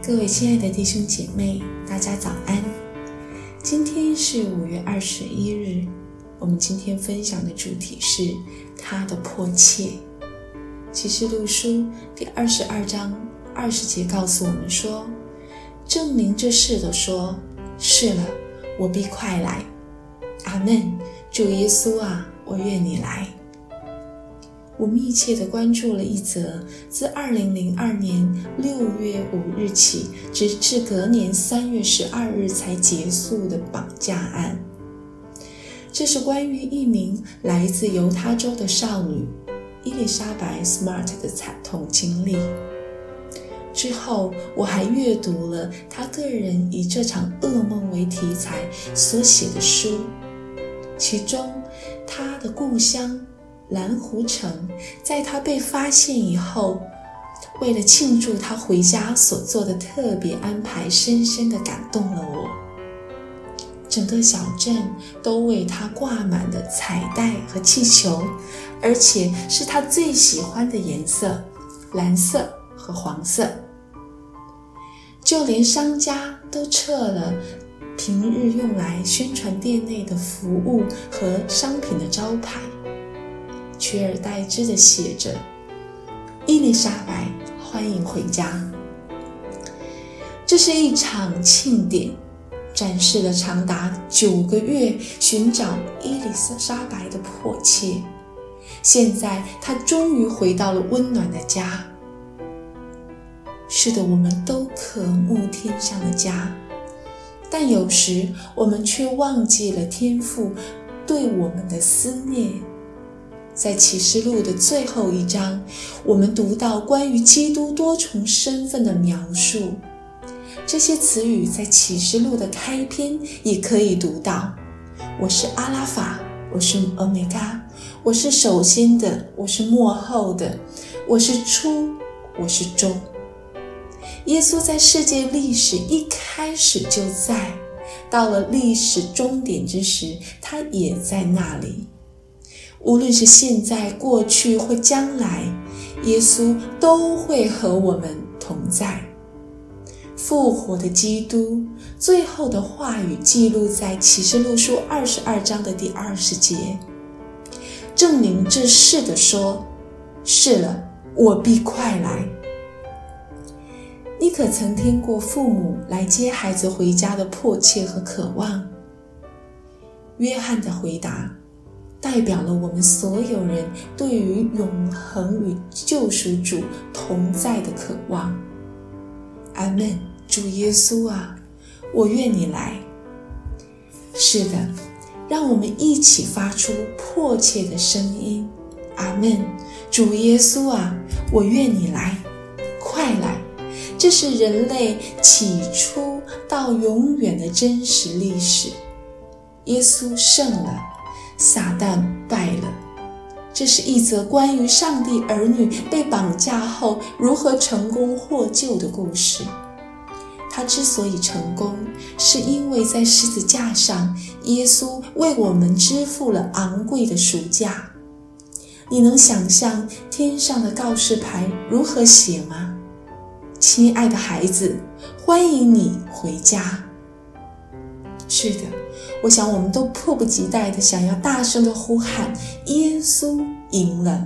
各位亲爱的弟兄姐妹，大家早安。今天是5月21日，我们今天分享的主题是他的迫切。启示录书第22章20节告诉我们说，证明这事的说，是了，我必快来。阿们。主耶稣啊，我愿你来。我密切地关注了一则自2002年6月5日起，直至隔年3月12日才结束的绑架案。这是关于一名来自犹他州的少女伊丽莎白 Smart 的惨痛经历。之后我还阅读了她个人以这场噩梦为题材所写的书，其中她的故乡蓝湖城在他被发现以后，为了庆祝他回家所做的特别安排，深深地感动了我。整个小镇都为他挂满了彩带和气球，而且是他最喜欢的颜色，蓝色和黄色。就连商家都撤了平日用来宣传店内的服务和商品的招牌，取而代之的写着伊丽莎白欢迎回家。这是一场庆典，展示了长达9个月寻找伊丽莎白的迫切。现在她终于回到了温暖的家。是的，我们都渴慕天上的家，但有时我们却忘记了天父对我们的思念。在启示录的最后一章，我们读到关于基督多重身份的描述。这些词语在启示录的开篇也可以读到，我是阿拉法，我是欧米伽，我是首先的，我是末后的，我是初，我是终。耶稣在世界历史一开始就在，到了历史终点之时，他也在那里。无论是现在、过去或将来，耶稣都会和我们同在。复活的基督最后的话语记录在启示录书22章的第20节，证明这事的说，是了，我必快来。你可曾听过父母来接孩子回家的迫切和渴望？约翰的回答代表了我们所有人对于永恒与救赎主同在的渴望。阿们。主耶稣啊，我愿你来。是的，让我们一起发出迫切的声音。阿们。主耶稣啊，我愿你来，快来。这是人类起初到永远的真实历史。耶稣胜了，撒旦败了。这是一则关于上帝儿女被绑架后如何成功获救的故事。他之所以成功，是因为在十字架上，耶稣为我们支付了昂贵的赎价。你能想象天上的告示牌如何写吗？亲爱的孩子，欢迎你回家。是的，我想我们都迫不及待地想要大声地呼喊，耶稣赢了。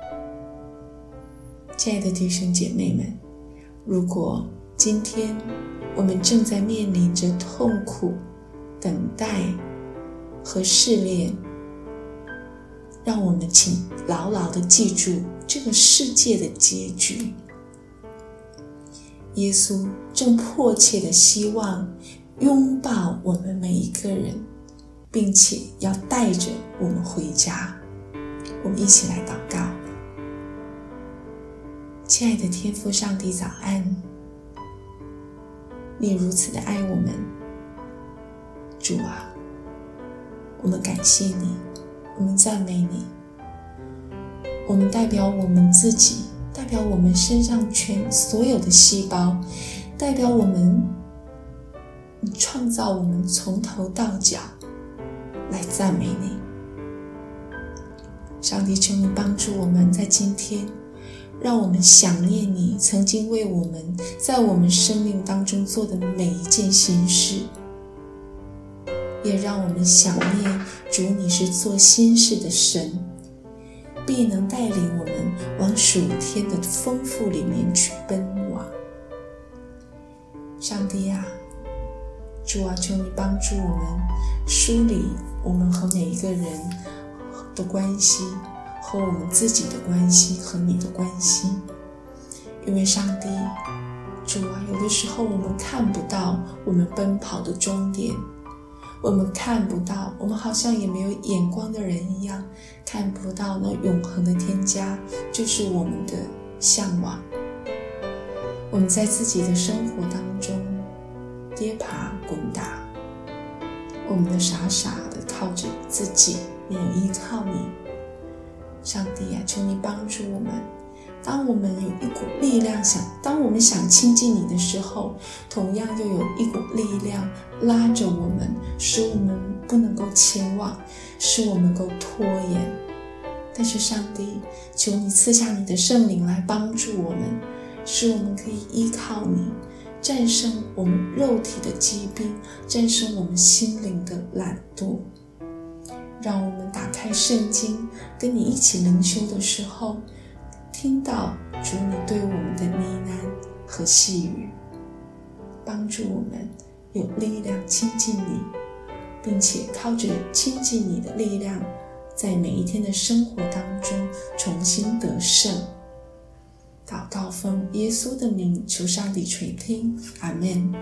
亲爱的弟兄姐妹们，如果今天我们正在面临着痛苦、等待和试炼，让我们请牢牢地记住这个世界的结局。耶稣正迫切地希望拥抱我们每一个人，并且要带着我们回家。我们一起来祷告。亲爱的天父上帝，早安。你如此的爱我们，主啊，我们感谢你，我们赞美你。我们代表我们自己，代表我们身上所有的细胞，代表我们你创造我们从头到脚来赞美你。上帝，求你帮助我们在今天让我们想念你曾经为我们在我们生命当中做的每一件新事，也让我们想念主你是做新事的神，必能带领我们往属天的丰富里面去奔往。上帝啊，主啊，求你帮助我们梳理我们和每一个人的关系，和我们自己的关系，和你的关系。因为上帝，主啊，有的时候我们看不到我们奔跑的终点，我们看不到，我们好像也没有眼光的人一样，看不到那永恒的天家就是我们的向往。我们在自己的生活当中跌爬滚打，我们的傻傻的靠着自己，没有依靠你。上帝啊，求你帮助我们，当我们有一股力量当我们想亲近你的时候，同样又有一股力量拉着我们，使我们不能够前往，使我们能够拖延。但是上帝，求你赐下你的圣灵来帮助我们，使我们可以依靠你，战胜我们肉体的疾病，战胜我们心灵的懒惰。让我们打开圣经，跟你一起灵修的时候，听到主你对我们的呢喃和细语，帮助我们有力量亲近你，并且靠着亲近你的力量，在每一天的生活当中重新得胜。祷告奉耶稣的名，求上帝垂听，阿们。